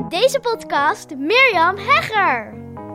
In deze podcast Mirjam Hegger.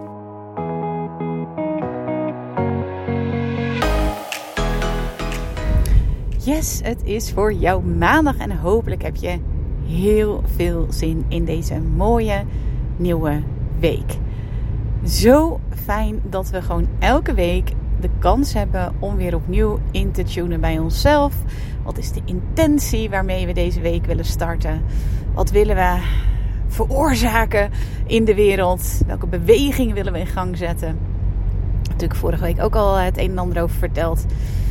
Yes, het is voor jou maandag en hopelijk heb je heel veel zin in deze mooie nieuwe week. Zo fijn dat we gewoon elke week de kans hebben om weer opnieuw in te tunen bij onszelf. Wat is de intentie waarmee we deze week willen starten? Wat willen we veroorzaken in de wereld? Welke beweging willen we in gang zetten? Natuurlijk vorige week ook al het een en ander over verteld.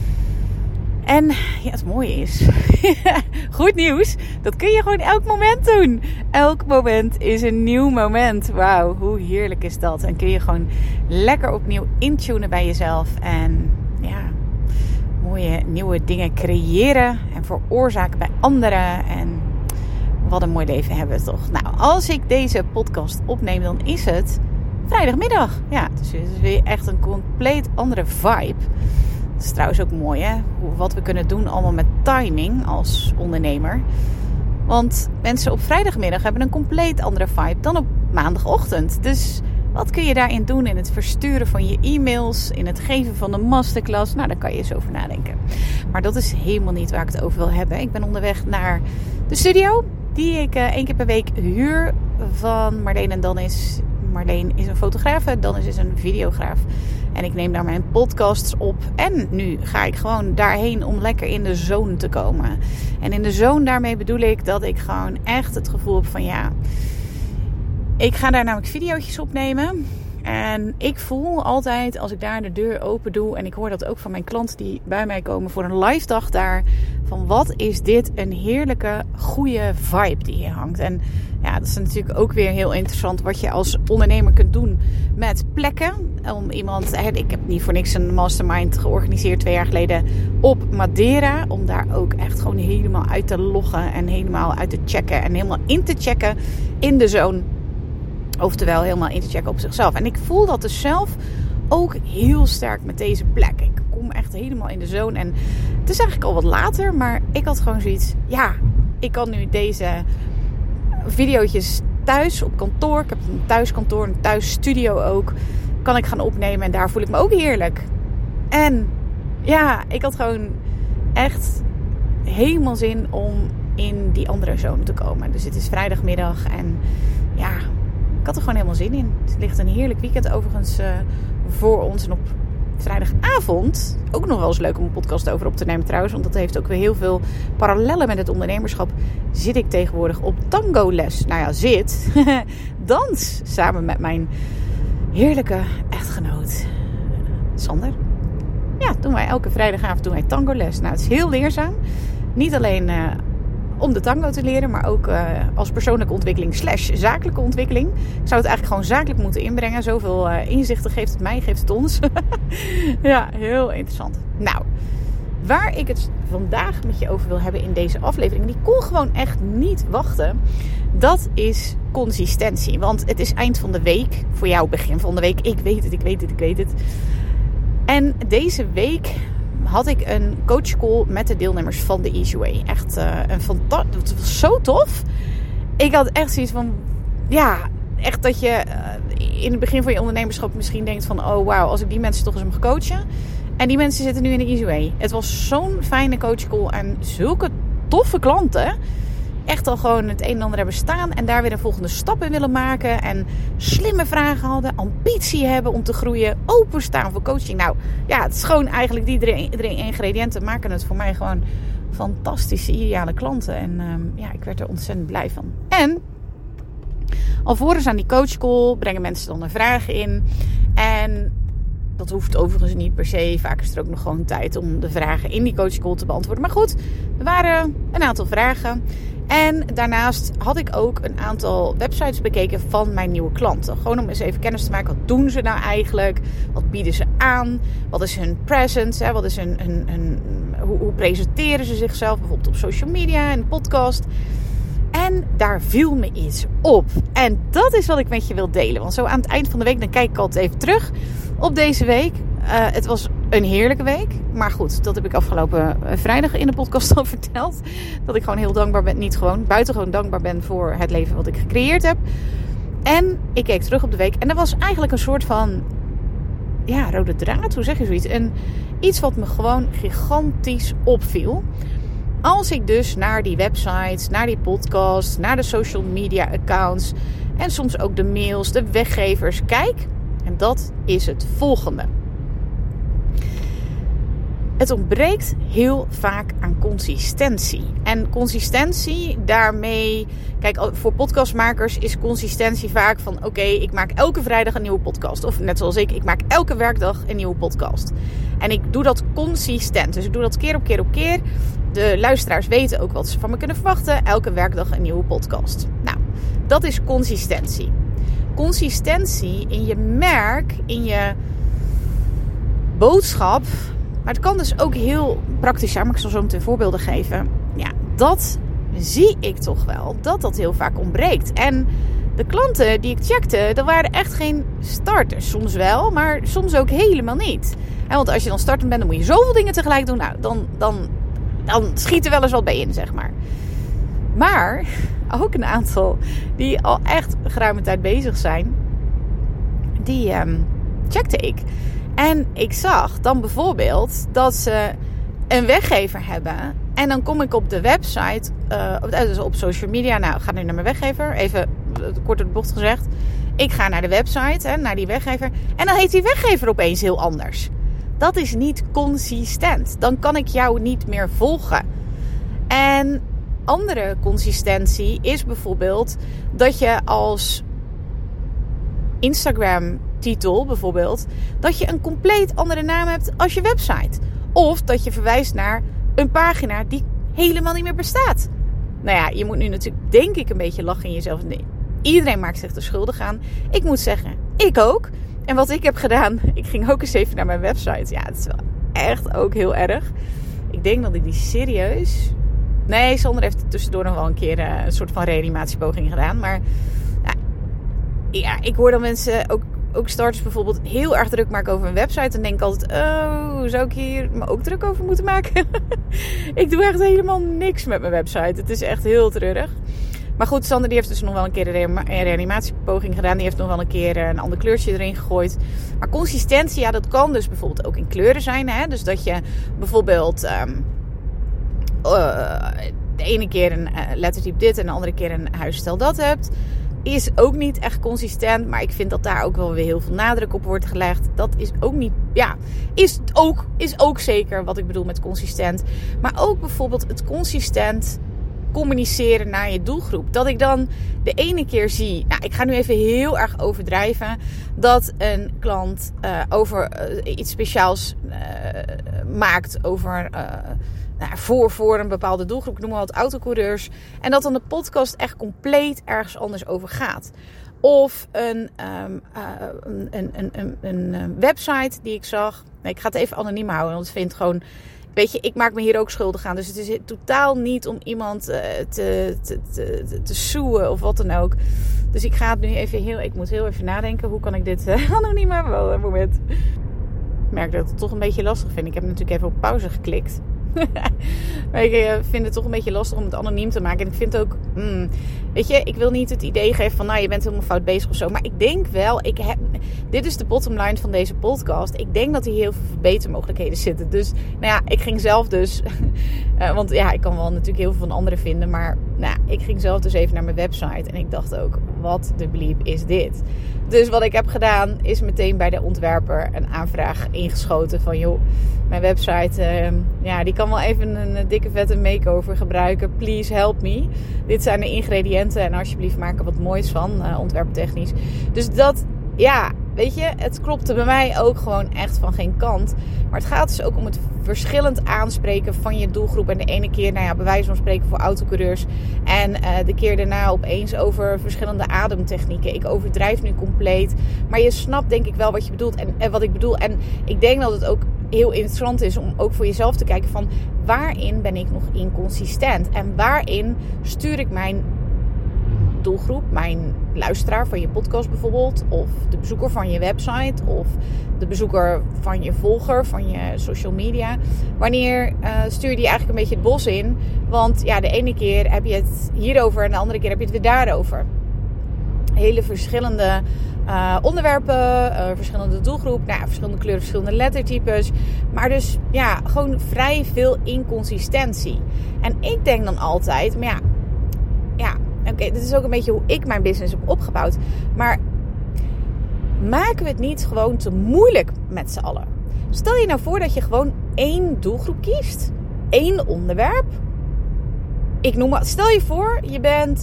En ja, het mooie is, goed nieuws, dat kun je gewoon elk moment doen. Elk moment is een nieuw moment. Wauw, hoe heerlijk is dat. En kun je gewoon lekker opnieuw intunen bij jezelf. En ja, mooie nieuwe dingen creëren en veroorzaken bij anderen. En wat een mooi leven hebben we toch. Nou, als ik deze podcast opneem, dan is het vrijdagmiddag. Ja, dus het is weer echt een compleet andere vibe. Dat is trouwens ook mooi, hè? Wat we kunnen doen allemaal met timing als ondernemer. Want mensen op vrijdagmiddag hebben een compleet andere vibe dan op maandagochtend. Dus wat kun je daarin doen in het versturen van je e-mails, in het geven van een masterclass? Nou, daar kan je eens over nadenken. Maar dat is helemaal niet waar ik het over wil hebben. Ik ben onderweg naar de studio die ik 1 keer per week huur van Marleen en Danis. Marleen is een fotografe, Danis is een videograaf. En ik neem daar mijn podcasts op. En nu ga ik gewoon daarheen om lekker in de zone te komen. En in de zone daarmee bedoel ik dat ik gewoon echt het gevoel heb van ja, ik ga daar namelijk video's opnemen. En ik voel altijd als ik daar de deur open doe. En ik hoor dat ook van mijn klanten die bij mij komen voor een live dag daar. Van wat is dit een heerlijke, goede vibe die hier hangt. En ja, dat is natuurlijk ook weer heel interessant wat je als ondernemer kunt doen met plekken. Om iemand, ik heb niet voor niks een mastermind georganiseerd 2 jaar geleden op Madeira. Om daar ook echt gewoon helemaal uit te loggen en helemaal uit te checken. En helemaal in te checken in de zone. Oftewel helemaal in te checken op zichzelf. En ik voel dat dus zelf ook heel sterk met deze plek. Ik kom echt helemaal in de zone. En het is eigenlijk al wat later. Maar ik had gewoon zoiets. Ja, ik kan nu deze videootjes thuis op kantoor. Ik heb een thuiskantoor, een thuisstudio ook. Kan ik gaan opnemen. En daar voel ik me ook heerlijk. En ja, ik had gewoon echt helemaal zin om in die andere zone te komen. Dus het is vrijdagmiddag. En ja, ik had er gewoon helemaal zin in. Het ligt een heerlijk weekend overigens voor ons. En op vrijdagavond, ook nog wel eens leuk om een podcast over op te nemen trouwens. Want dat heeft ook weer heel veel parallellen met het ondernemerschap. Zit ik tegenwoordig op tango-les. Nou ja, dans samen met mijn heerlijke echtgenoot Sander. Ja, doen wij elke vrijdagavond tango-les. Nou, het is heel leerzaam. Niet alleen om de tango te leren, maar ook als persoonlijke ontwikkeling / zakelijke ontwikkeling. Ik zou het eigenlijk gewoon zakelijk moeten inbrengen. Zoveel inzichten geeft het mij, geeft het ons. Ja, heel interessant. Nou, waar ik het vandaag met je over wil hebben in deze aflevering, die kon gewoon echt niet wachten. Dat is consistentie. Want het is eind van de week. Voor jou begin van de week. Ik weet het. En deze week had ik een coachcall met de deelnemers van de Easy Way. Echt een fantastisch. Het was zo tof. Ik had echt zoiets van, ja, echt dat je in het begin van je ondernemerschap misschien denkt van, oh wauw, als ik die mensen toch eens mag coachen. En die mensen zitten nu in de Easy Way. Het was zo'n fijne coachcall en zulke toffe klanten. Echt al gewoon het een en ander hebben staan en daar weer een volgende stap in willen maken. En slimme vragen hadden, ambitie hebben om te groeien, openstaan voor coaching. Nou ja, het is gewoon eigenlijk die drie ingrediënten maken het voor mij gewoon fantastische, ideale klanten. En ja, ik werd er ontzettend blij van. En alvorens aan die coachcall brengen mensen dan een vraag in. En dat hoeft overigens niet per se. Vaak is er ook nog gewoon tijd om de vragen in die coachcall te beantwoorden. Maar goed, er waren een aantal vragen. En daarnaast had ik ook een aantal websites bekeken van mijn nieuwe klanten. Gewoon om eens even kennis te maken. Wat doen ze nou eigenlijk? Wat bieden ze aan? Wat is hun presence? Wat is hoe presenteren ze zichzelf? Bijvoorbeeld op social media en podcast. En daar viel me iets op. En dat is wat ik met je wil delen. Want zo aan het eind van de week, dan kijk ik altijd even terug op deze week. Het was een heerlijke week. Maar goed, dat heb ik afgelopen vrijdag in de podcast al verteld. Dat ik gewoon heel dankbaar ben. Niet gewoon, buitengewoon dankbaar ben voor het leven wat ik gecreëerd heb. En ik keek terug op de week. En er was eigenlijk een soort van... Ja, rode draad, hoe zeg je zoiets? En iets wat me gewoon gigantisch opviel. Als ik dus naar die websites, naar die podcasts, naar de social media accounts... en soms ook de mails, de weggevers kijk. En dat is het volgende. Het ontbreekt heel vaak aan consistentie. En consistentie daarmee... Kijk, voor podcastmakers is consistentie vaak van... Oké, ik maak elke vrijdag een nieuwe podcast. Of net zoals ik maak elke werkdag een nieuwe podcast. En ik doe dat consistent. Dus ik doe dat keer op keer op keer. De luisteraars weten ook wat ze van me kunnen verwachten. Elke werkdag een nieuwe podcast. Nou, dat is consistentie. Consistentie in je merk, in je boodschap... Maar het kan dus ook heel praktisch zijn. Maar ik zal zo meteen voorbeelden geven. Ja, dat zie ik toch wel. Dat heel vaak ontbreekt. En de klanten die ik checkte, dat waren echt geen starters. Soms wel, maar soms ook helemaal niet. En want als je dan startend bent, dan moet je zoveel dingen tegelijk doen. Nou, dan schiet er wel eens wat bij in, zeg maar. Maar ook een aantal die al echt geruime tijd bezig zijn. Die checkte ik. En ik zag dan bijvoorbeeld dat ze een weggever hebben. En dan kom ik op de website, dus op social media. Nou, ik ga nu naar mijn weggever. Even kort door de bocht gezegd. Ik ga naar de website, naar die weggever. En dan heet die weggever opeens heel anders. Dat is niet consistent. Dan kan ik jou niet meer volgen. En andere consistentie is bijvoorbeeld dat je als Instagram titel bijvoorbeeld, dat je een compleet andere naam hebt als je website. Of dat je verwijst naar een pagina die helemaal niet meer bestaat. Nou ja, je moet nu natuurlijk denk ik een beetje lachen in jezelf. Nee, iedereen maakt zich er schuldig aan. Ik moet zeggen, ik ook. En wat ik heb gedaan, ik ging ook eens even naar mijn website. Ja, het is wel echt ook heel erg. Ik denk dat ik die serieus... Nee, Sander heeft tussendoor nog wel een keer een soort van reanimatiepoging gedaan. Maar ja, ik hoor dan mensen, ook starters bijvoorbeeld, heel erg druk maken over een website. En denk altijd, oh, zou ik hier me ook druk over moeten maken? Ik doe echt helemaal niks met mijn website. Het is echt heel treurig. Maar goed, Sander die heeft dus nog wel een keer een reanimatiepoging gedaan. Die heeft nog wel een keer een ander kleurtje erin gegooid. Maar consistentie, ja, dat kan dus bijvoorbeeld ook in kleuren zijn. Hè? Dus dat je bijvoorbeeld de ene keer een lettertype dit en de andere keer een huisstijl dat hebt. Is ook niet echt consistent. Maar ik vind dat daar ook wel weer heel veel nadruk op wordt gelegd. Dat is ook niet... Ja, is ook zeker wat ik bedoel met consistent. Maar ook bijvoorbeeld het consistent communiceren naar je doelgroep. Dat ik dan de ene keer zie... Nou, ik ga nu even heel erg overdrijven. Dat een klant over iets speciaals maakt. Over... voor een bepaalde doelgroep, ik noem maar wat autocoureurs. En dat dan de podcast echt compleet ergens anders over gaat. Of een website die ik zag. Nee, ik ga het even anoniem houden, want ik vind gewoon... Weet je, ik maak me hier ook schuldig aan. Dus het is totaal niet om iemand te soeën of wat dan ook. Dus ik ga het nu even ik moet heel even nadenken. Hoe kan ik dit anoniem hebben? Wel een moment. Ik merk dat ik het toch een beetje lastig vind. Ik heb natuurlijk even op pauze geklikt. Maar ik vind het toch een beetje lastig om het anoniem te maken. En ik vind ook, weet je, ik wil niet het idee geven van, nou, je bent helemaal fout bezig of zo. Maar ik denk wel, dit is de bottom line van deze podcast. Ik denk dat hier heel veel verbetermogelijkheden zitten. Dus, nou ja, ik ging zelf dus, want ja, ik kan wel natuurlijk heel veel van anderen vinden. Maar, nou, ik ging zelf dus even naar mijn website. En ik dacht ook, wat de bliep is dit? Dus wat ik heb gedaan, is meteen bij de ontwerper een aanvraag ingeschoten van, joh, mijn website, die kan wel even een dikke vette makeover gebruiken. Please help me. Dit zijn de ingrediënten en alsjeblieft maak er wat moois van, ontwerptechnisch. Dus dat, ja, weet je, het klopte bij mij ook gewoon echt van geen kant. Maar het gaat dus ook om het verschillend aanspreken van je doelgroep. En de ene keer, bij wijze van spreken voor autocoureurs. En de keer daarna opeens over verschillende ademtechnieken. Ik overdrijf nu compleet. Maar je snapt denk ik wel wat je bedoelt en wat ik bedoel. En ik denk dat het ook heel interessant is om ook voor jezelf te kijken van waarin ben ik nog inconsistent? En waarin stuur ik mijn doelgroep, mijn luisteraar van je podcast bijvoorbeeld, of de bezoeker van je website, of de bezoeker van je volger van je social media. Wanneer stuur je die eigenlijk een beetje het bos in? Want ja, de ene keer heb je het hierover en de andere keer heb je het weer daarover. Hele verschillende onderwerpen, verschillende doelgroep, verschillende kleuren, verschillende lettertypes. Maar dus ja, gewoon vrij veel inconsistentie. En ik denk dan altijd, maar oké, dit is ook een beetje hoe ik mijn business heb opgebouwd. Maar maken we het niet gewoon te moeilijk met z'n allen? Stel je nou voor dat je gewoon 1 doelgroep kiest. 1 onderwerp. Stel je voor, je bent...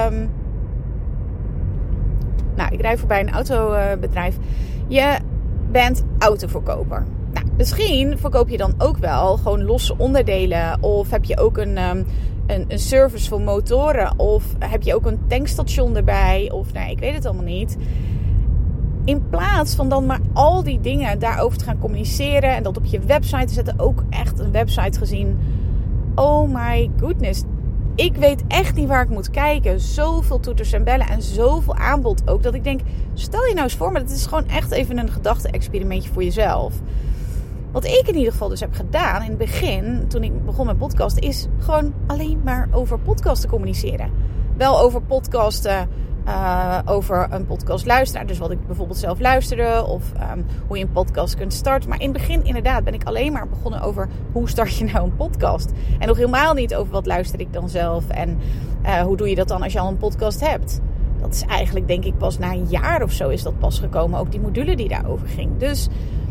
ik rijd voorbij een autobedrijf. Je bent autoverkoper. Nou, misschien verkoop je dan ook wel gewoon losse onderdelen. Of heb je ook een service voor motoren. Of heb je ook een tankstation erbij. Of ik weet het allemaal niet. In plaats van dan maar al die dingen daarover te gaan communiceren. En dat op je website te zetten. Ook echt een website gezien. Oh my goodness. Ik weet echt niet waar ik moet kijken. Zoveel toeters en bellen en zoveel aanbod ook. Dat ik denk, stel je nou eens voor. Maar het is gewoon echt even een gedachte-experimentje voor jezelf. Wat ik in ieder geval dus heb gedaan in het begin, toen ik begon met podcasten, is gewoon alleen maar over podcasten communiceren. Wel over podcasten, over een podcastluisteraar. Dus wat ik bijvoorbeeld zelf luisterde of hoe je een podcast kunt starten. Maar in het begin inderdaad ben ik alleen maar begonnen over hoe start je nou een podcast. En nog helemaal niet over wat luister ik dan zelf en hoe doe je dat dan als je al een podcast hebt. Dat is eigenlijk denk ik pas na een jaar of zo is dat pas gekomen. Ook die module die daarover ging. Dus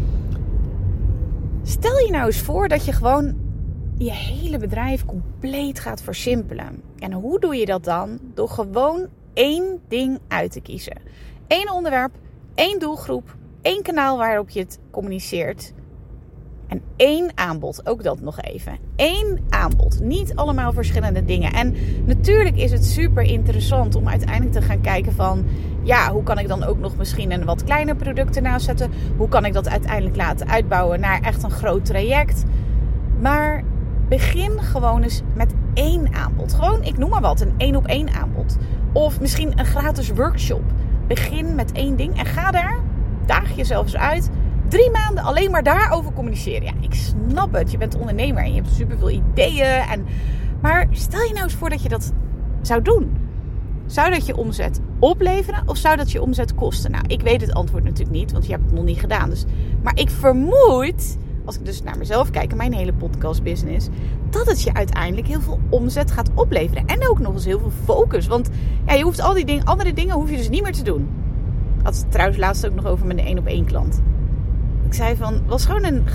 stel je nou eens voor dat je gewoon je hele bedrijf compleet gaat versimpelen. En hoe doe je dat dan? Door gewoon 1 ding uit te kiezen. 1 onderwerp, 1 doelgroep, 1 kanaal waarop je het communiceert. En 1 aanbod, ook dat nog even. 1 aanbod, niet allemaal verschillende dingen. En natuurlijk is het super interessant om uiteindelijk te gaan kijken van... ja, hoe kan ik dan ook nog misschien een wat kleiner product ernaast zetten? Hoe kan ik dat uiteindelijk laten uitbouwen naar echt een groot traject? Maar begin gewoon eens met 1 aanbod. Gewoon, ik noem maar wat, een 1-op-1 aanbod. Of misschien een gratis workshop. Begin met 1 ding en ga daar, daag jezelf eens uit... 3 maanden alleen maar daarover communiceren. Ja, ik snap het. Je bent ondernemer en je hebt superveel ideeën. Maar stel je nou eens voor dat je dat zou doen. Zou dat je omzet opleveren of zou dat je omzet kosten? Nou, ik weet het antwoord natuurlijk niet, want je hebt het nog niet gedaan. Maar ik vermoed, als ik dus naar mezelf kijk en mijn hele podcastbusiness, dat het je uiteindelijk heel veel omzet gaat opleveren. En ook nog eens heel veel focus. Want ja, je hoeft al die andere dingen hoef je dus niet meer te doen. Dat is trouwens laatst ook nog over met een 1-op-1 klant. Ik zei van, was gewoon een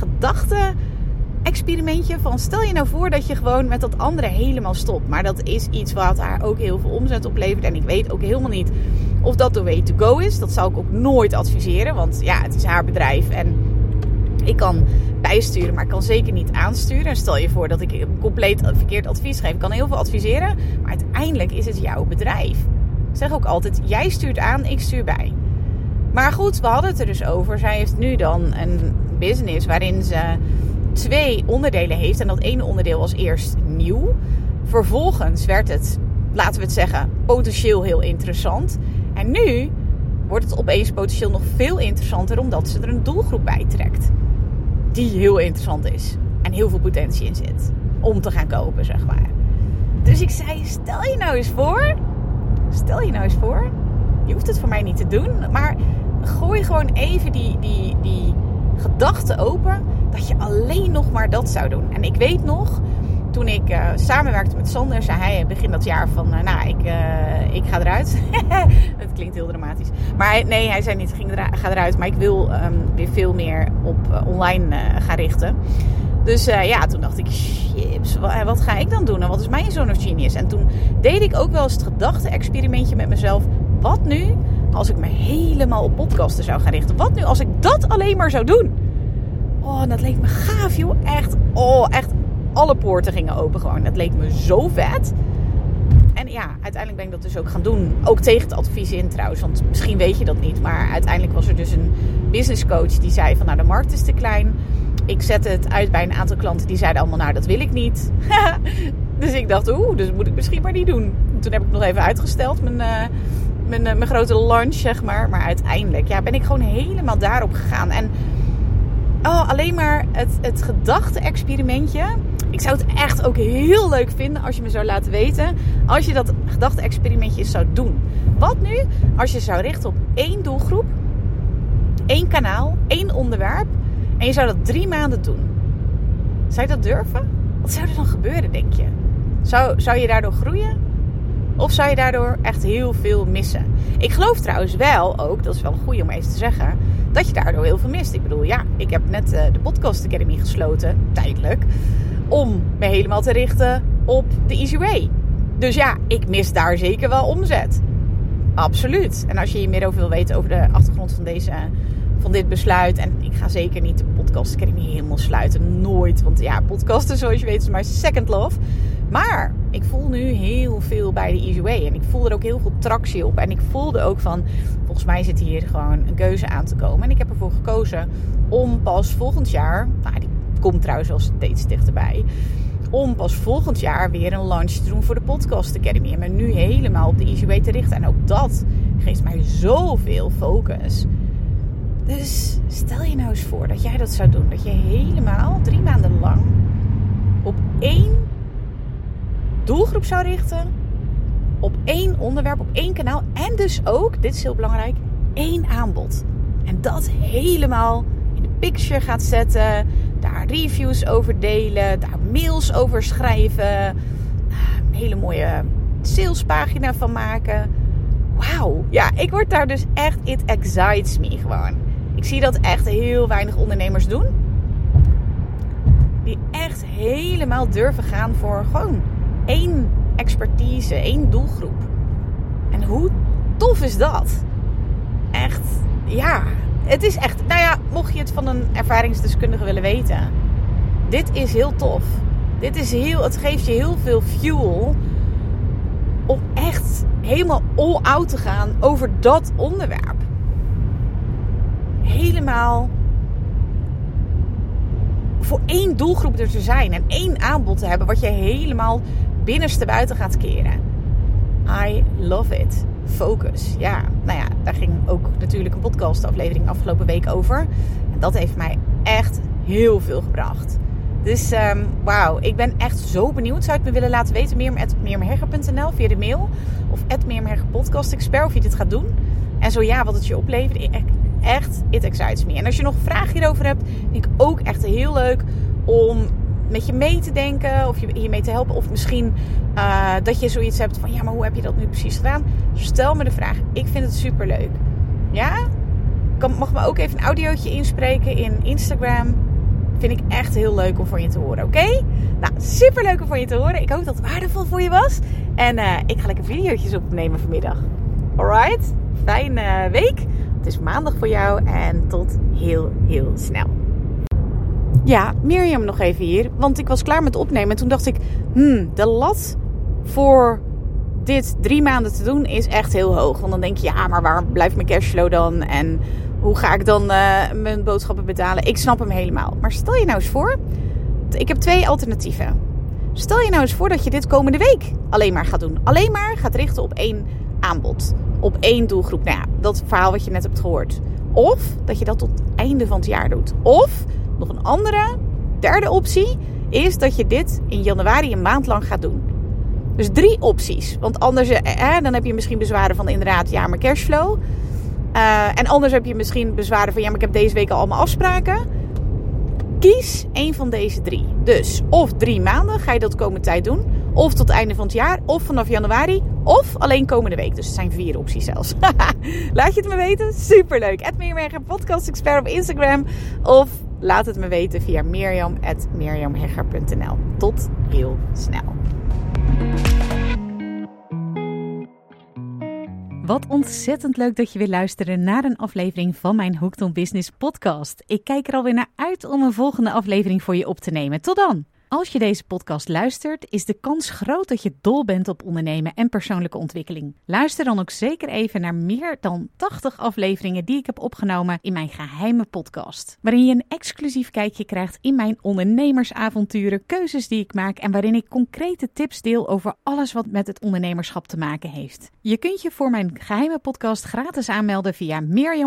gedachte-experimentje van stel je nou voor dat je gewoon met dat andere helemaal stopt. Maar dat is iets wat haar ook heel veel omzet oplevert. En ik weet ook helemaal niet of dat the way to go is. Dat zou ik ook nooit adviseren, want ja, het is haar bedrijf en ik kan bijsturen, maar ik kan zeker niet aansturen. En stel je voor dat ik compleet verkeerd advies geef. Ik kan heel veel adviseren, maar uiteindelijk is het jouw bedrijf. Ik zeg ook altijd, jij stuurt aan, ik stuur bij. Maar goed, we hadden het er dus over. Zij heeft nu dan een business waarin ze 2 onderdelen heeft. En dat ene onderdeel was eerst nieuw. Vervolgens werd het, laten we het zeggen, potentieel heel interessant. En nu wordt het opeens potentieel nog veel interessanter omdat ze er een doelgroep bij trekt. Die heel interessant is. En heel veel potentie in zit. Om te gaan kopen, zeg maar. Dus ik zei, stel je nou eens voor... Je hoeft het voor mij niet te doen. Maar gooi gewoon even die gedachte open. Dat je alleen nog maar dat zou doen. En ik weet nog, toen ik samenwerkte met Sander, zei hij begin dat jaar van, ik ga eruit. Het klinkt heel dramatisch. Maar hij zei niet, ga eruit. Maar ik wil weer veel meer op online gaan richten. Dus toen dacht ik, chips, wat ga ik dan doen? En wat is mijn zone of genius? En toen deed ik ook wel eens het gedachte-experimentje met mezelf. Wat nu als ik me helemaal op podcasten zou gaan richten? Wat nu als ik dat alleen maar zou doen? Oh, dat leek me gaaf, joh. Echt, alle poorten gingen open gewoon. Dat leek me zo vet. En ja, uiteindelijk ben ik dat dus ook gaan doen. Ook tegen het advies in trouwens. Want misschien weet je dat niet. Maar uiteindelijk was er dus een business coach die zei van, de markt is te klein. Ik zette het uit bij een aantal klanten die zeiden allemaal, dat wil ik niet. Dus ik dacht, dus moet ik misschien maar niet doen. Toen heb ik nog even uitgesteld, mijn grote lunch, zeg maar. Maar uiteindelijk ben ik gewoon helemaal daarop gegaan. En alleen maar het gedachte-experimentje. Ik zou het echt ook heel leuk vinden als je me zou laten weten. Als je dat gedachte-experimentje zou doen. Wat nu als je zou richten op 1 doelgroep, 1 kanaal, 1 onderwerp. En je zou dat 3 maanden doen. Zou je dat durven? Wat zou er dan gebeuren, denk je? Zou je daardoor groeien? Of zou je daardoor echt heel veel missen? Ik geloof trouwens wel ook, dat is wel een goeie om even te zeggen, dat je daardoor heel veel mist. Ik bedoel, ik heb net de Podcast Academy gesloten, tijdelijk, om me helemaal te richten op de Easy Way. Dus ik mis daar zeker wel omzet. Absoluut. En als je hier meer over wil weten over de achtergrond van dit besluit. En ik ga zeker niet de Podcast Academy helemaal sluiten. Nooit. Want podcasten, zoals je weet, is mijn second love. Maar ik voel nu heel veel bij de Easy Way. En ik voel er ook heel veel tractie op. En ik voelde ook van, volgens mij zit hier gewoon een keuze aan te komen. En ik heb ervoor gekozen om pas volgend jaar, die komt trouwens al steeds dichterbij, om pas volgend jaar weer een launch te doen voor de Podcast Academy. En me nu helemaal op de Easy Way te richten. En ook dat geeft mij zoveel focus. Dus stel je nou eens voor dat jij dat zou doen. Dat je helemaal 3 maanden lang op 1 doelgroep zou richten. Op 1 onderwerp, op 1 kanaal. En dus ook, dit is heel belangrijk, 1 aanbod. En dat helemaal in de picture gaat zetten. Daar reviews over delen. Daar mails over schrijven. Een hele mooie salespagina van maken. Wauw. Ja, ik word daar dus echt, it excites me gewoon. Ik zie dat echt heel weinig ondernemers doen. Die echt helemaal durven gaan voor gewoon 1 expertise, 1 doelgroep. En hoe tof is dat? Echt, het is echt, mocht je het van een ervaringsdeskundige willen weten. Dit is heel tof. Het geeft je heel veel fuel om echt helemaal all out te gaan over dat onderwerp. Helemaal voor 1 doelgroep er te zijn en 1 aanbod te hebben wat je helemaal binnenste buiten gaat keren. I love it. Focus. Daar ging ook natuurlijk een podcastaflevering afgelopen week over. En dat heeft mij echt heel veel gebracht. Dus wauw, ik ben echt zo benieuwd. Zou je het me willen laten weten? Mirjam@mirjamhegger.nl via de mail. Of @mirjamheggerpodcastexpert of je dit gaat doen. En zo wat het je oplevert. Echt, it excites me. En als je nog vragen hierover hebt, vind ik ook echt heel leuk om met je mee te denken. Of je hiermee te helpen. Of misschien dat je zoiets hebt van, maar hoe heb je dat nu precies gedaan? Stel me de vraag. Ik vind het superleuk. Ja? Mag me ook even een audiootje inspreken in Instagram. Vind ik echt heel leuk om van je te horen, oké? Nou, superleuk om van je te horen. Ik hoop dat het waardevol voor je was. En ik ga lekker videootjes opnemen vanmiddag. Alright? Fijne week. Het is maandag voor jou en tot heel, heel snel. Ja, Mirjam nog even hier. Want ik was klaar met opnemen. En toen dacht ik, de lat voor dit 3 maanden te doen is echt heel hoog. Want dan denk je, maar waar blijft mijn cashflow dan? En hoe ga ik dan mijn boodschappen betalen? Ik snap hem helemaal. Maar stel je nou eens voor, ik heb 2 alternatieven. Stel je nou eens voor dat je dit komende week alleen maar gaat doen. Alleen maar gaat richten op 1 aanbod. Op 1 doelgroep. Dat verhaal wat je net hebt gehoord. Of dat je dat tot het einde van het jaar doet. Of nog een andere, 3e optie is dat je dit in januari een maand lang gaat doen. Dus 3 opties. Want anders dan heb je misschien bezwaren van inderdaad, mijn cashflow. En anders heb je misschien bezwaren van, maar ik heb deze week al allemaal afspraken. Kies 1 van deze 3. Dus of 3 maanden ga je dat komende tijd doen. Of tot het einde van het jaar. Of vanaf januari. Of alleen komende week. Dus het zijn 4 opties zelfs. Laat je het me weten. Superleuk. @Mirjam podcastexpert op Instagram. Of laat het me weten via Mirjam@mirjamhegger.nl. Tot heel snel. Wat ontzettend leuk dat je weer luistert naar een aflevering van mijn Hooked on Business podcast. Ik kijk er alweer naar uit om een volgende aflevering voor je op te nemen. Tot dan! Als je deze podcast luistert, is de kans groot dat je dol bent op ondernemen en persoonlijke ontwikkeling. Luister dan ook zeker even naar meer dan 80 afleveringen die ik heb opgenomen in mijn geheime podcast. Waarin je een exclusief kijkje krijgt in mijn ondernemersavonturen, keuzes die ik maak en waarin ik concrete tips deel over alles wat met het ondernemerschap te maken heeft. Je kunt je voor mijn geheime podcast gratis aanmelden via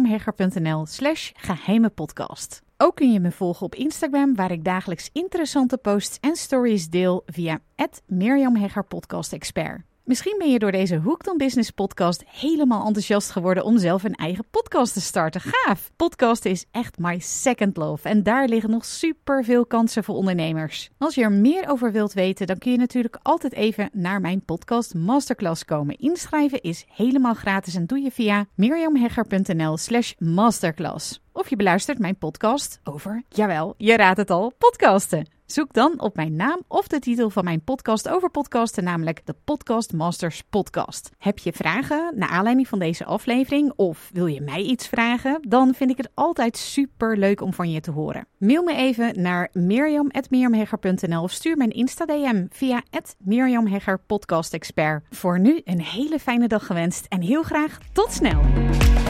miriamhegger.nl/geheimepodcast. Ook kun je me volgen op Instagram, waar ik dagelijks interessante posts en stories deel via @miriamheggerpodcastexpert. Misschien ben je door deze Hooked on Business podcast helemaal enthousiast geworden om zelf een eigen podcast te starten. Gaaf! Podcasten is echt my second love en daar liggen nog super veel kansen voor ondernemers. Als je er meer over wilt weten, dan kun je natuurlijk altijd even naar mijn podcast Masterclass komen. Inschrijven is helemaal gratis en doe je via miriamhegger.nl/masterclass. Of je beluistert mijn podcast over, jawel, je raadt het al, podcasten. Zoek dan op mijn naam of de titel van mijn podcast over podcasten, namelijk de Podcast Masters Podcast. Heb je vragen naar aanleiding van deze aflevering of wil je mij iets vragen? Dan vind ik het altijd super leuk om van je te horen. Mail me even naar miriam@miriamhegger.nl of stuur me een Insta-DM via @miriamheggerpodcastexpert. Voor nu een hele fijne dag gewenst en heel graag tot snel!